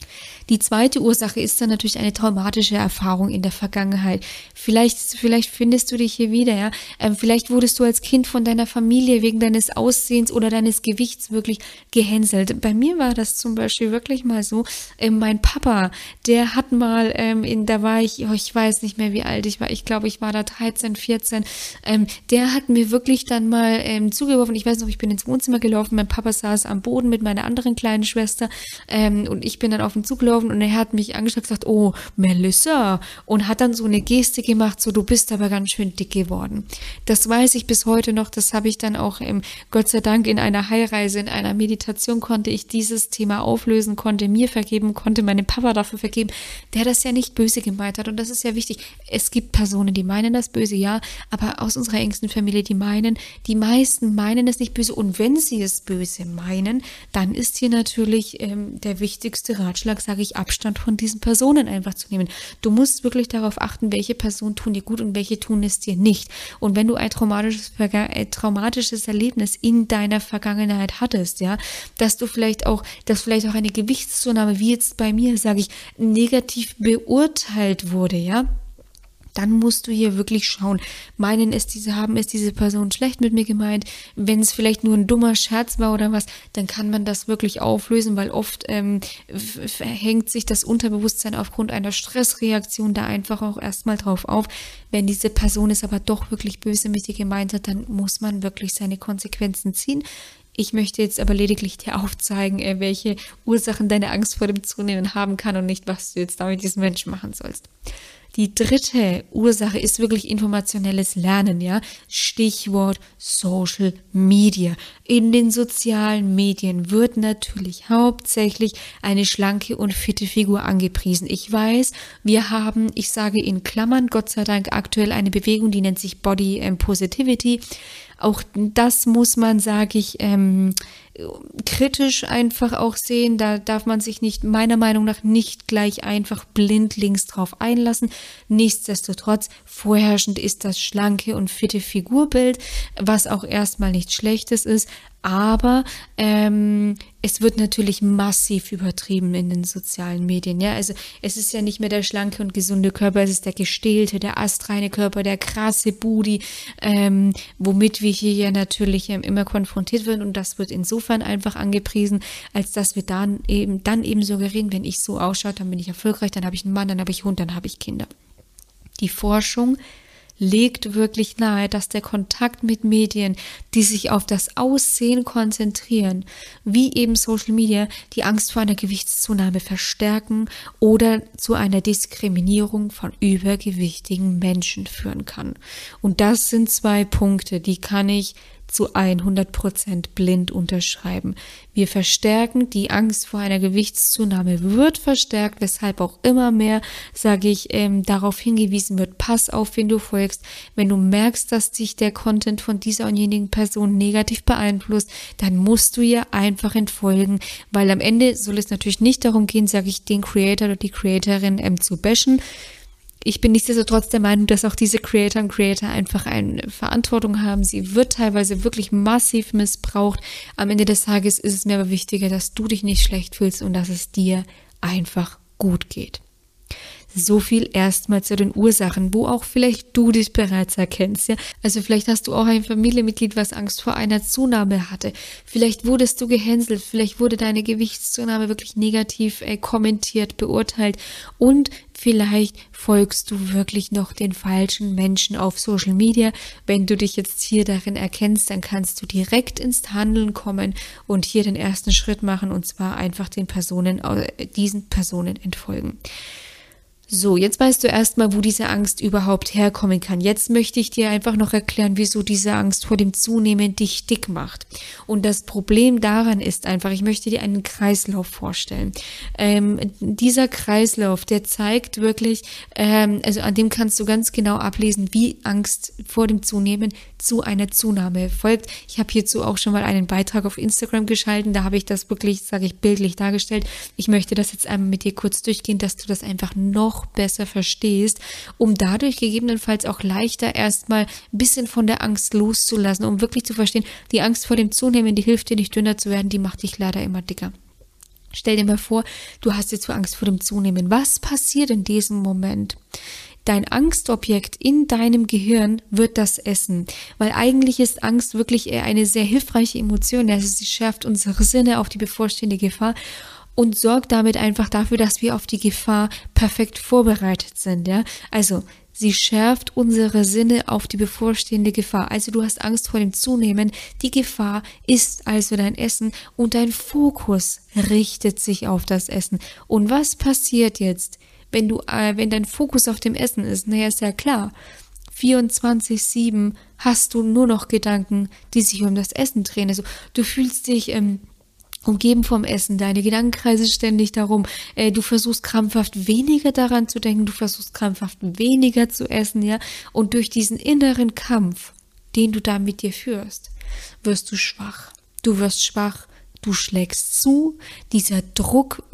Die zweite Ursache ist dann natürlich eine traumatische Erfahrung in der Vergangenheit. Vielleicht findest du dich hier wieder, ja. Vielleicht wurdest du als Kind von deiner Familie wegen deines Aussehens oder deines Gewichts wirklich gehänselt. Bei mir war das zum Beispiel wirklich mal so. Mein Papa, der hat mal, da war ich, ich weiß nicht mehr, wie alt ich war. Ich glaube, ich war da 13, 14. Der hat mir wirklich dann mal zugeworfen. Ich weiß noch, ich bin ins Wohnzimmer gelaufen. Mein Papa saß am Boden mit meiner anderen kleinen Schwester und ich bin dann auf ihn zugelaufen. Und er hat mich angeschaut und gesagt, oh, Melissa, und hat dann so eine Geste gemacht, so, du bist aber ganz schön dick geworden. Das weiß ich bis heute noch, das habe ich dann auch, Gott sei Dank, in einer Heilreise, in einer Meditation konnte ich dieses Thema auflösen, konnte mir vergeben, konnte meinem Papa dafür vergeben, der das ja nicht böse gemeint hat. Und das ist ja wichtig. Es gibt Personen, die meinen das böse, ja, aber aus unserer engsten Familie, die meisten meinen es nicht böse. Und wenn sie es böse meinen, dann ist hier natürlich der wichtigste Ratschlag, sage ich, Abstand von diesen Personen einfach zu nehmen. Du musst wirklich darauf achten, welche Personen tun dir gut und welche tun es dir nicht. Und wenn du ein traumatisches Erlebnis in deiner Vergangenheit hattest, ja, dass vielleicht auch eine Gewichtszunahme, wie jetzt bei mir, sage ich, negativ beurteilt wurde, ja, dann musst du hier wirklich schauen, haben es diese Person schlecht mit mir gemeint, wenn es vielleicht nur ein dummer Scherz war oder was, dann kann man das wirklich auflösen, weil oft hängt sich das Unterbewusstsein aufgrund einer Stressreaktion da einfach auch erstmal drauf auf. Wenn diese Person es aber doch wirklich böse mit dir gemeint hat, dann muss man wirklich seine Konsequenzen ziehen. Ich möchte jetzt aber lediglich dir aufzeigen, welche Ursachen deine Angst vor dem Zunehmen haben kann und nicht, was du jetzt da mit diesem Menschen machen sollst. Die dritte Ursache ist wirklich informationelles Lernen, ja. Stichwort Social Media. In den sozialen Medien wird natürlich hauptsächlich eine schlanke und fitte Figur angepriesen. Ich weiß, wir haben, ich sage in Klammern, Gott sei Dank aktuell eine Bewegung, die nennt sich Body Positivity. Auch das muss man, sage ich, kritisch einfach auch sehen. Da darf man sich meiner Meinung nach nicht gleich einfach blindlings drauf einlassen. Nichtsdestotrotz, vorherrschend ist das schlanke und fitte Figurbild, was auch erstmal nichts Schlechtes ist. Aber es wird natürlich massiv übertrieben in den sozialen Medien. Ja, also es ist ja nicht mehr der schlanke und gesunde Körper, es ist der gestählte, der astreine Körper, der krasse Booty, womit wir hier ja natürlich immer konfrontiert werden. Und das wird insofern einfach angepriesen, als dass wir dann eben suggerieren, wenn ich so ausschaue, dann bin ich erfolgreich, dann habe ich einen Mann, dann habe ich einen Hund, dann habe ich Kinder. Die Forschung legt wirklich nahe, dass der Kontakt mit Medien, die sich auf das Aussehen konzentrieren, wie eben Social Media, die Angst vor einer Gewichtszunahme verstärken oder zu einer Diskriminierung von übergewichtigen Menschen führen kann. Und das sind 2 Punkte, die kann ich zu 100% blind unterschreiben. Wir verstärken die Angst vor einer Gewichtszunahme, wird verstärkt, weshalb auch immer mehr, sage ich, darauf hingewiesen wird, pass auf, wen du folgst. Wenn du merkst, dass dich der Content von dieser und jenigen Person negativ beeinflusst, dann musst du ihr einfach entfolgen, weil am Ende soll es natürlich nicht darum gehen, sage ich, den Creator oder die Creatorin zu bashen. Ich bin nichtsdestotrotz der Meinung, dass auch diese Creator und Creator einfach eine Verantwortung haben. Sie wird teilweise wirklich massiv missbraucht. Am Ende des Tages ist es mir aber wichtiger, dass du dich nicht schlecht fühlst und dass es dir einfach gut geht. So viel erstmal zu den Ursachen, wo auch vielleicht du dich bereits erkennst. Ja? Also vielleicht hast du auch ein Familienmitglied, was Angst vor einer Zunahme hatte. Vielleicht wurdest du gehänselt, vielleicht wurde deine Gewichtszunahme wirklich negativ kommentiert, beurteilt und vielleicht folgst du wirklich noch den falschen Menschen auf Social Media. Wenn du dich jetzt hier darin erkennst, dann kannst du direkt ins Handeln kommen und hier den ersten Schritt machen und zwar einfach diesen Personen entfolgen. So, jetzt weißt du erstmal, wo diese Angst überhaupt herkommen kann. Jetzt möchte ich dir einfach noch erklären, wieso diese Angst vor dem Zunehmen dich dick macht. Und das Problem daran ist einfach, ich möchte dir einen Kreislauf vorstellen. Dieser Kreislauf, der zeigt wirklich, also an dem kannst du ganz genau ablesen, wie Angst vor dem Zunehmen zu einer Zunahme folgt. Ich habe hierzu auch schon mal einen Beitrag auf Instagram geschalten, da habe ich das wirklich, sage ich, bildlich dargestellt. Ich möchte das jetzt einmal mit dir kurz durchgehen, dass du das einfach noch besser verstehst, um dadurch gegebenenfalls auch leichter erstmal ein bisschen von der Angst loszulassen, um wirklich zu verstehen, die Angst vor dem Zunehmen, die hilft dir nicht dünner zu werden, die macht dich leider immer dicker. Stell dir mal vor, du hast jetzt so Angst vor dem Zunehmen. Was passiert in diesem Moment? Dein Angstobjekt in deinem Gehirn wird das Essen, weil eigentlich ist Angst wirklich eher eine sehr hilfreiche Emotion. Also sie schärft unsere Sinne auf die bevorstehende Gefahr und sorgt damit einfach dafür, dass wir auf die Gefahr perfekt vorbereitet sind. Ja? Also sie schärft unsere Sinne auf die bevorstehende Gefahr. Also du hast Angst vor dem Zunehmen. Die Gefahr ist also dein Essen und dein Fokus richtet sich auf das Essen. Und was passiert jetzt, wenn dein Fokus auf dem Essen ist? Naja, ist ja klar. 24/7 hast du nur noch Gedanken, die sich um das Essen drehen. Also du fühlst dich umgeben vom Essen, deine Gedanken kreisen ständig darum, du versuchst krampfhaft weniger daran zu denken, du versuchst krampfhaft weniger zu essen, ja, und durch diesen inneren Kampf, den du da mit dir führst, wirst du schwach. Du wirst schwach, du schlägst zu, dieser Druck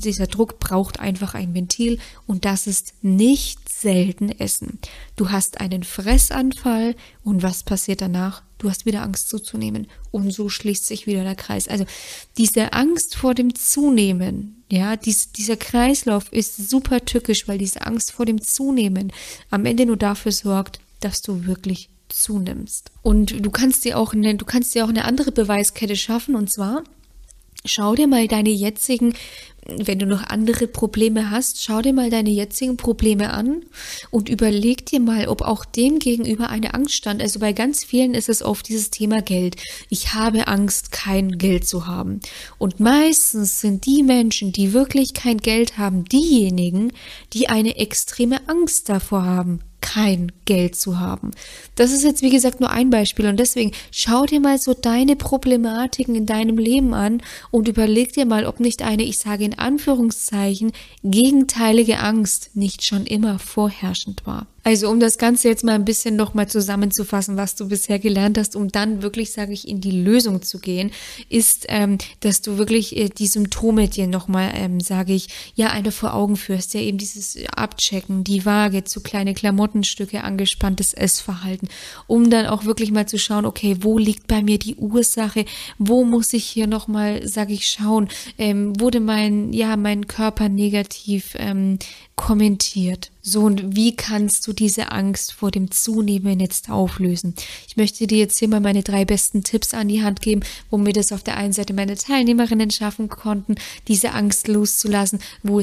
braucht einfach ein Ventil und das ist nicht selten Essen. Du hast einen Fressanfall und was passiert danach? Du hast wieder Angst zuzunehmen und so schließt sich wieder der Kreis. Also diese Angst vor dem Zunehmen, ja, dieser Kreislauf ist super tückisch, weil diese Angst vor dem Zunehmen am Ende nur dafür sorgt, dass du wirklich zunimmst. Und du kannst dir auch eine andere Beweiskette schaffen und zwar schau dir mal deine jetzigen, wenn du noch andere Probleme hast, schau dir mal deine jetzigen Probleme an und überleg dir mal, ob auch dem gegenüber eine Angst stand. Also bei ganz vielen ist es oft dieses Thema Geld. Ich habe Angst, kein Geld zu haben. Und meistens sind die Menschen, die wirklich kein Geld haben, diejenigen, die eine extreme Angst davor haben, kein Geld zu haben. Das ist jetzt, wie gesagt, nur ein Beispiel und deswegen schau dir mal so deine Problematiken in deinem Leben an und überleg dir mal, ob nicht eine, ich sage in Anführungszeichen, gegenteilige Angst nicht schon immer vorherrschend war. Also um das Ganze jetzt mal ein bisschen nochmal zusammenzufassen, was du bisher gelernt hast, um dann wirklich, sage ich, in die Lösung zu gehen, ist, dass du wirklich die Symptome dir nochmal, sage ich, ja, eine vor Augen führst, ja eben dieses Abchecken, die Waage, zu kleine Klamottenstücke, angespanntes Essverhalten, um dann auch wirklich mal zu schauen, okay, wo liegt bei mir die Ursache, wo muss ich hier nochmal, sage ich, schauen, wurde mein Körper negativ kommentiert. So, und wie kannst du diese Angst vor dem Zunehmen jetzt auflösen? Ich möchte dir jetzt hier mal meine 3 besten Tipps an die Hand geben, womit es auf der einen Seite meine Teilnehmerinnen schaffen konnten, diese Angst loszulassen,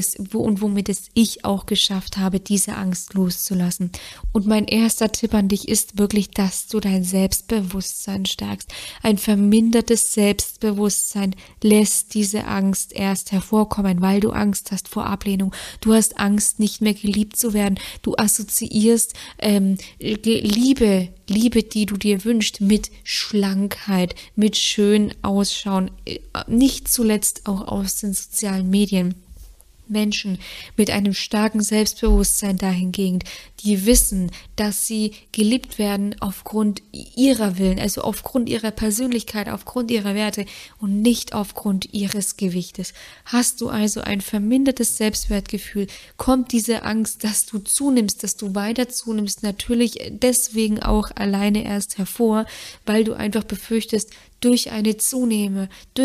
womit es ich auch geschafft habe, diese Angst loszulassen. Und mein erster Tipp an dich ist wirklich, dass du dein Selbstbewusstsein stärkst. Ein vermindertes Selbstbewusstsein lässt diese Angst erst hervorkommen, weil du Angst hast vor Ablehnung. Du hast Angst, nicht mehr geliebt zu werden. Du assoziierst Liebe, die du dir wünschst, mit Schlankheit, mit schön ausschauen, nicht zuletzt auch aus den sozialen Medien. Menschen mit einem starken Selbstbewusstsein dahingegen, die wissen, dass sie geliebt werden aufgrund ihrer Willen, also aufgrund ihrer Persönlichkeit, aufgrund ihrer Werte und nicht aufgrund ihres Gewichtes. Hast du also ein vermindertes Selbstwertgefühl, kommt diese Angst, dass du zunimmst, dass du weiter zunimmst, natürlich deswegen auch alleine erst hervor, weil du einfach befürchtest, durch eine Zunahme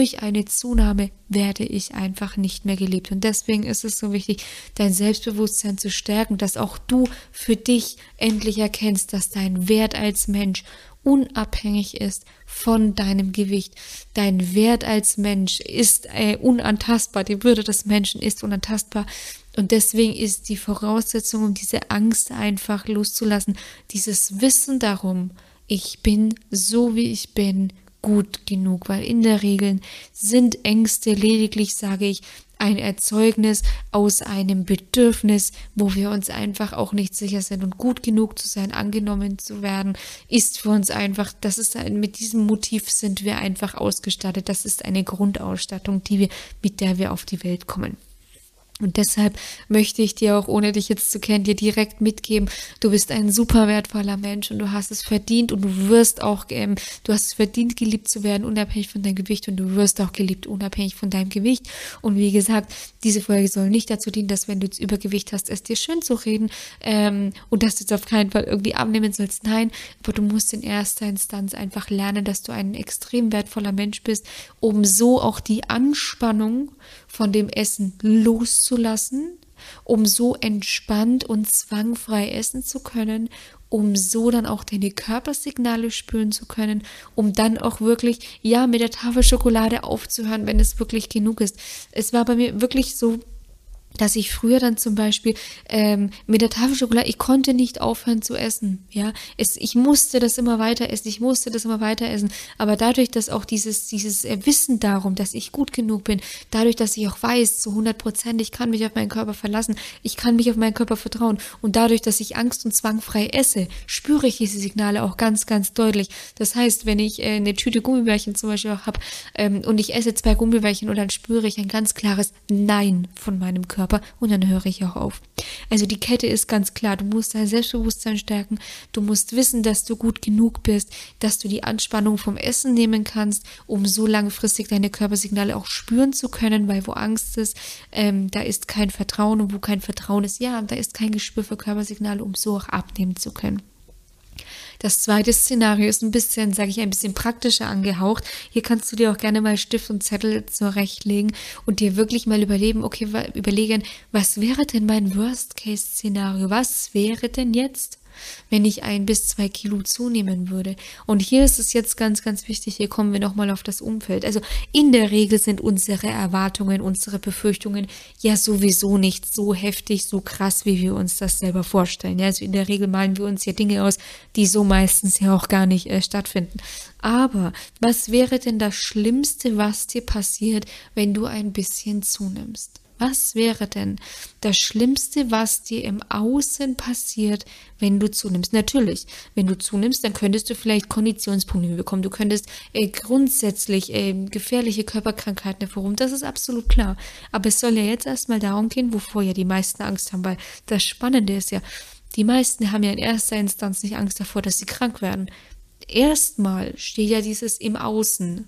werde ich einfach nicht mehr geliebt. Und deswegen ist es so wichtig, dein Selbstbewusstsein zu stärken, dass auch du für dich endlich erkennst, dass dein Wert als Mensch unabhängig ist von deinem Gewicht. Dein Wert als Mensch ist unantastbar. Die Würde des Menschen ist unantastbar. Und deswegen ist die Voraussetzung, um diese Angst einfach loszulassen, dieses Wissen darum, ich bin so, wie ich bin, gut genug, weil in der Regel sind Ängste lediglich, sage ich, ein Erzeugnis aus einem Bedürfnis, wo wir uns einfach auch nicht sicher sind, und gut genug zu sein, angenommen zu werden, ist für uns einfach, mit diesem Motiv sind wir einfach ausgestattet. Das ist eine Grundausstattung, mit der wir auf die Welt kommen. Und deshalb möchte ich dir auch, ohne dich jetzt zu kennen, dir direkt mitgeben, du bist ein super wertvoller Mensch und du hast es verdient und du hast es verdient, geliebt zu werden, unabhängig von deinem Gewicht, und du wirst auch geliebt, unabhängig von deinem Gewicht. Und wie gesagt, diese Folge soll nicht dazu dienen, dass, wenn du jetzt Übergewicht hast, es dir schön zu reden und dass du jetzt auf keinen Fall irgendwie abnehmen sollst. Nein, aber du musst in erster Instanz einfach lernen, dass du ein extrem wertvoller Mensch bist, um so auch die Anspannung von dem Essen loszulassen, um so entspannt und zwangfrei essen zu können, um so dann auch deine Körpersignale spüren zu können, um dann auch wirklich, ja, mit der Tafel Schokolade aufzuhören, wenn es wirklich genug ist. Es war bei mir wirklich so, dass ich früher dann zum Beispiel mit der Tafel Schokolade, ich konnte nicht aufhören zu essen, ja, ich musste das immer weiter essen, aber dadurch, dass auch dieses Wissen darum, dass ich gut genug bin, dadurch, dass ich auch weiß, zu 100%, ich kann mich auf meinen Körper verlassen, ich kann mich auf meinen Körper vertrauen und dadurch, dass ich angst- und zwangfrei esse, spüre ich diese Signale auch ganz, ganz deutlich. Das heißt, wenn ich eine Tüte Gummibärchen zum Beispiel auch habe und ich esse 2 Gummibärchen und dann spüre ich ein ganz klares Nein von meinem Körper, und dann höre ich auch auf. Also die Kette ist ganz klar, du musst dein Selbstbewusstsein stärken, du musst wissen, dass du gut genug bist, dass du die Anspannung vom Essen nehmen kannst, um so langfristig deine Körpersignale auch spüren zu können, weil wo Angst ist, da ist kein Vertrauen und wo kein Vertrauen ist, ja, da ist kein Gespür für Körpersignale, um so auch abnehmen zu können. Das zweite Szenario ist ein bisschen praktischer angehaucht. Hier kannst du dir auch gerne mal Stift und Zettel zurechtlegen und dir wirklich mal überlegen, was wäre denn mein Worst-Case-Szenario? Was wäre denn jetzt, wenn ich 1 bis 2 Kilo zunehmen würde? Und hier ist es jetzt ganz, ganz wichtig, hier kommen wir nochmal auf das Umfeld. Also in der Regel sind unsere Erwartungen, unsere Befürchtungen ja sowieso nicht so heftig, so krass, wie wir uns das selber vorstellen. Ja, also in der Regel malen wir uns ja Dinge aus, die so meistens ja auch gar nicht stattfinden. Aber was wäre denn das Schlimmste, was dir passiert, wenn du ein bisschen zunimmst? Was wäre denn das Schlimmste, was dir im Außen passiert, wenn du zunimmst? Natürlich, wenn du zunimmst, dann könntest du vielleicht Konditionsprobleme bekommen. Du könntest grundsätzlich gefährliche Körperkrankheiten hervorrufen. Das ist absolut klar. Aber es soll ja jetzt erstmal darum gehen, wovor ja die meisten Angst haben. Weil das Spannende ist ja, die meisten haben ja in erster Instanz nicht Angst davor, dass sie krank werden. Erstmal steht ja dieses im Außen,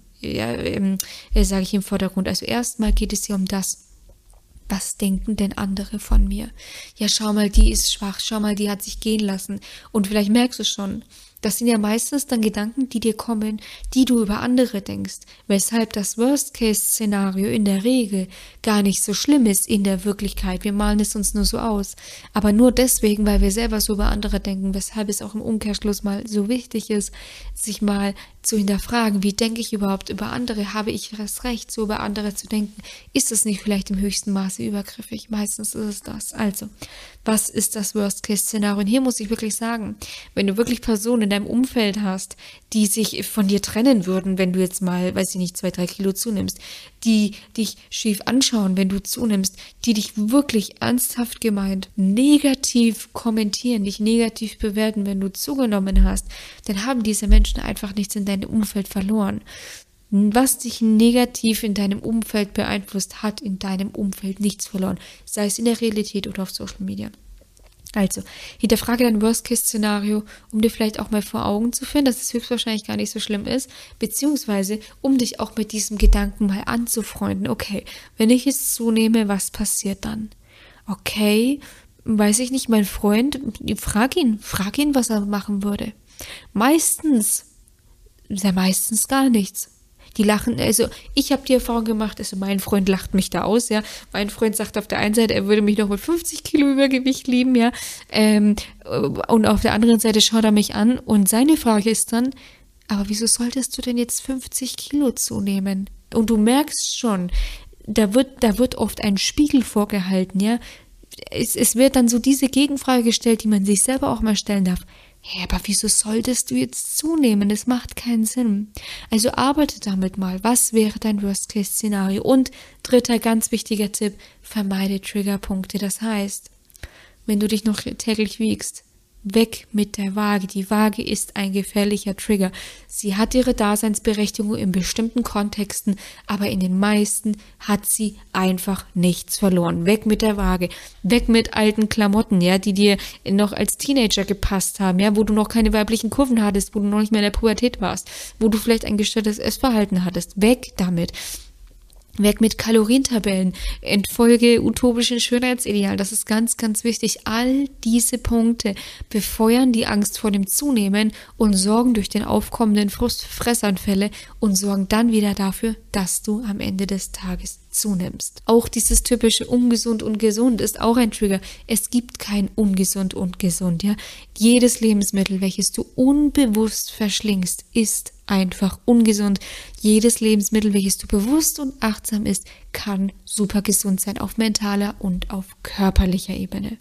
sage ich im Vordergrund. Also erstmal geht es ja um das. Was denken denn andere von mir? Ja, schau mal, die ist schwach, schau mal, die hat sich gehen lassen. Und vielleicht merkst du schon, das sind ja meistens dann Gedanken, die dir kommen, die du über andere denkst, weshalb das Worst-Case-Szenario in der Regel gar nicht so schlimm ist in der Wirklichkeit. Wir malen es uns nur so aus. Aber nur deswegen, weil wir selber so über andere denken, weshalb es auch im Umkehrschluss mal so wichtig ist, sich mal zu hinterfragen, wie denke ich überhaupt über andere? Habe ich das Recht, so über andere zu denken? Ist es nicht vielleicht im höchsten Maße übergriffig? Meistens ist es das. Also, was ist das Worst-Case-Szenario? Und hier muss ich wirklich sagen, wenn du wirklich Personen in deinem Umfeld hast, die sich von dir trennen würden, wenn du jetzt mal, 2-3 Kilo zunimmst, die dich schief anschauen, wenn du zunimmst, die dich wirklich ernsthaft gemeint negativ kommentieren, dich negativ bewerten, wenn du zugenommen hast, dann haben diese Menschen einfach nichts in deinem Umfeld verloren. Was dich negativ in deinem Umfeld beeinflusst, hat in deinem Umfeld nichts verloren, sei es in der Realität oder auf Social Media. Also, hinterfrage dein Worst-Case-Szenario, um dir vielleicht auch mal vor Augen zu führen, dass es höchstwahrscheinlich gar nicht so schlimm ist, beziehungsweise um dich auch mit diesem Gedanken mal anzufreunden. Okay, wenn ich es zunehme, was passiert dann? Okay, weiß ich nicht, mein Freund, frag ihn, was er machen würde. Meistens gar nichts. Die lachen, also ich habe die Erfahrung gemacht, also mein Freund lacht mich da aus, ja. Mein Freund sagt auf der einen Seite, er würde mich noch mit 50 Kilo Übergewicht lieben, ja. Und auf der anderen Seite schaut er mich an und seine Frage ist dann, aber wieso solltest du denn jetzt 50 Kilo zunehmen? Und du merkst schon, da wird oft ein Spiegel vorgehalten, ja. Es wird dann so diese Gegenfrage gestellt, die man sich selber auch mal stellen darf. Hey, aber wieso solltest du jetzt zunehmen? Das macht keinen Sinn. Also arbeite damit mal. Was wäre dein Worst-Case-Szenario? Und dritter ganz wichtiger Tipp, vermeide Triggerpunkte. Das heißt, wenn du dich noch täglich wiegst, weg mit der Waage. Die Waage ist ein gefährlicher Trigger. Sie hat ihre Daseinsberechtigung in bestimmten Kontexten, aber in den meisten hat sie einfach nichts verloren. Weg mit der Waage. Weg mit alten Klamotten, ja, die dir noch als Teenager gepasst haben, ja, wo du noch keine weiblichen Kurven hattest, wo du noch nicht mehr in der Pubertät warst, wo du vielleicht ein gestörtes Essverhalten hattest. Weg damit. Weg mit Kalorientabellen, entfolge utopischen Schönheitsidealen. Das ist ganz, ganz wichtig. All diese Punkte befeuern die Angst vor dem Zunehmen und sorgen durch den aufkommenden Frust für Fressanfälle und sorgen dann wieder dafür, dass du am Ende des Tages zunimmst. Auch dieses typische ungesund und gesund ist auch ein Trigger. Es gibt kein ungesund und gesund, ja. Jedes Lebensmittel, welches du unbewusst verschlingst, ist einfach ungesund. Jedes Lebensmittel, welches du bewusst und achtsam isst, kann super gesund sein auf mentaler und auf körperlicher Ebene.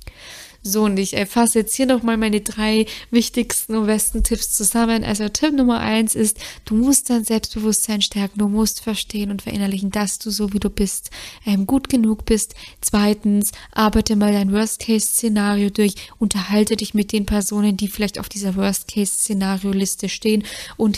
So, und ich fasse jetzt hier nochmal meine 3 wichtigsten und besten Tipps zusammen. Also Tipp Nummer 1 ist, du musst dein Selbstbewusstsein stärken, du musst verstehen und verinnerlichen, dass du so wie du bist, gut genug bist. 2, arbeite mal dein Worst-Case-Szenario durch, unterhalte dich mit den Personen, die vielleicht auf dieser Worst-Case-Szenario-Liste stehen und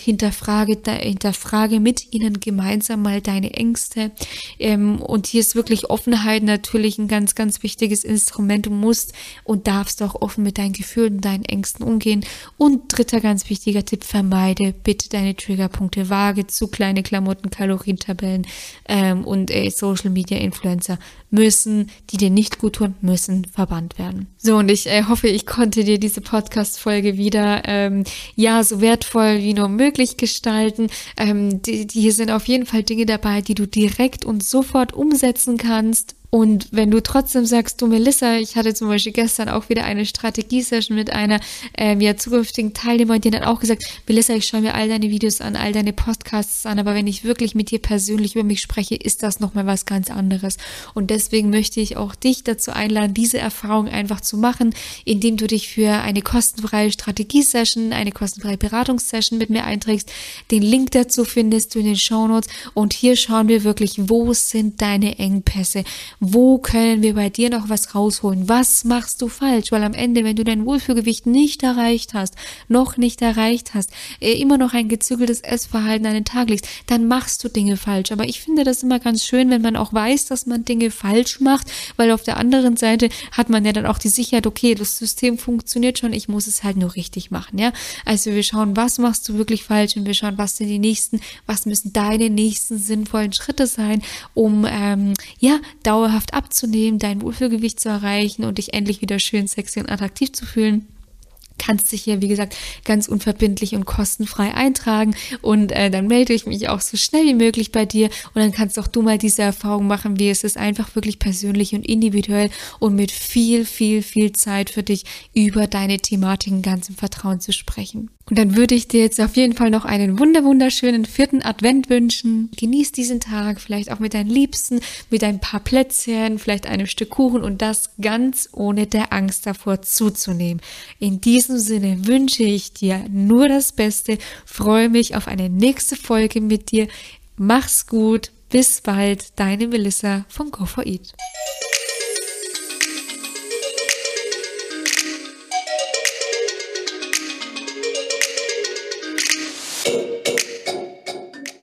hinterfrage mit ihnen gemeinsam mal deine Ängste. Und hier ist wirklich Offenheit natürlich ein ganz, ganz wichtiges Instrument. Du musst und darfst auch offen mit deinen Gefühlen und deinen Ängsten umgehen. Und 3. ganz wichtiger Tipp, vermeide bitte deine Triggerpunkte vage, zu kleine Klamotten, Kalorientabellen und Social Media Influencer die dir nicht gut tun, müssen verbannt werden. So, und ich hoffe, ich konnte dir diese Podcast-Folge wieder so wertvoll wie nur möglich gestalten. Hier sind auf jeden Fall Dinge dabei, die du direkt und sofort umsetzen kannst. Und wenn du trotzdem sagst, du Melissa, ich hatte zum Beispiel gestern auch wieder eine Strategie-Session mit einer zukünftigen Teilnehmerin, die hat auch gesagt, Melissa, ich schaue mir all deine Videos an, all deine Podcasts an, aber wenn ich wirklich mit dir persönlich über mich spreche, ist das nochmal was ganz anderes. Und deswegen möchte ich auch dich dazu einladen, diese Erfahrung einfach zu machen, indem du dich für eine kostenfreie Strategie-Session, eine kostenfreie Beratungssession mit mir einträgst. Den Link dazu findest du in den Shownotes und hier schauen wir wirklich, wo sind deine Engpässe? Wo können wir bei dir noch was rausholen? Was machst du falsch? Weil am Ende, wenn du dein Wohlfühlgewicht noch nicht erreicht hast, immer noch ein gezügeltes Essverhalten an den Tag legst, dann machst du Dinge falsch. Aber ich finde das immer ganz schön, wenn man auch weiß, dass man Dinge falsch macht, weil auf der anderen Seite hat man ja dann auch die Sicherheit, okay, das System funktioniert schon, ich muss es halt nur richtig machen, ja. Also wir schauen, was machst du wirklich falsch und wir schauen, was müssen deine nächsten sinnvollen Schritte sein, um dauerhaft abzunehmen, dein Wohlfühlgewicht zu erreichen und dich endlich wieder schön sexy und attraktiv zu fühlen. Kannst dich hier, wie gesagt, ganz unverbindlich und kostenfrei eintragen und dann melde ich mich auch so schnell wie möglich bei dir und dann kannst auch du mal diese Erfahrung machen, wie es ist, einfach wirklich persönlich und individuell und mit viel, viel, viel Zeit für dich über deine Thematiken ganz im Vertrauen zu sprechen. Und dann würde ich dir jetzt auf jeden Fall noch einen wunderschönen 4. Advent wünschen. Genieß diesen Tag, vielleicht auch mit deinen Liebsten, mit ein paar Plätzchen, vielleicht einem Stück Kuchen und das ganz ohne der Angst davor zuzunehmen. In diesem Sinne wünsche ich dir nur das Beste, freue mich auf eine nächste Folge mit dir. Mach's gut, bis bald, deine Melissa von Go4Eat.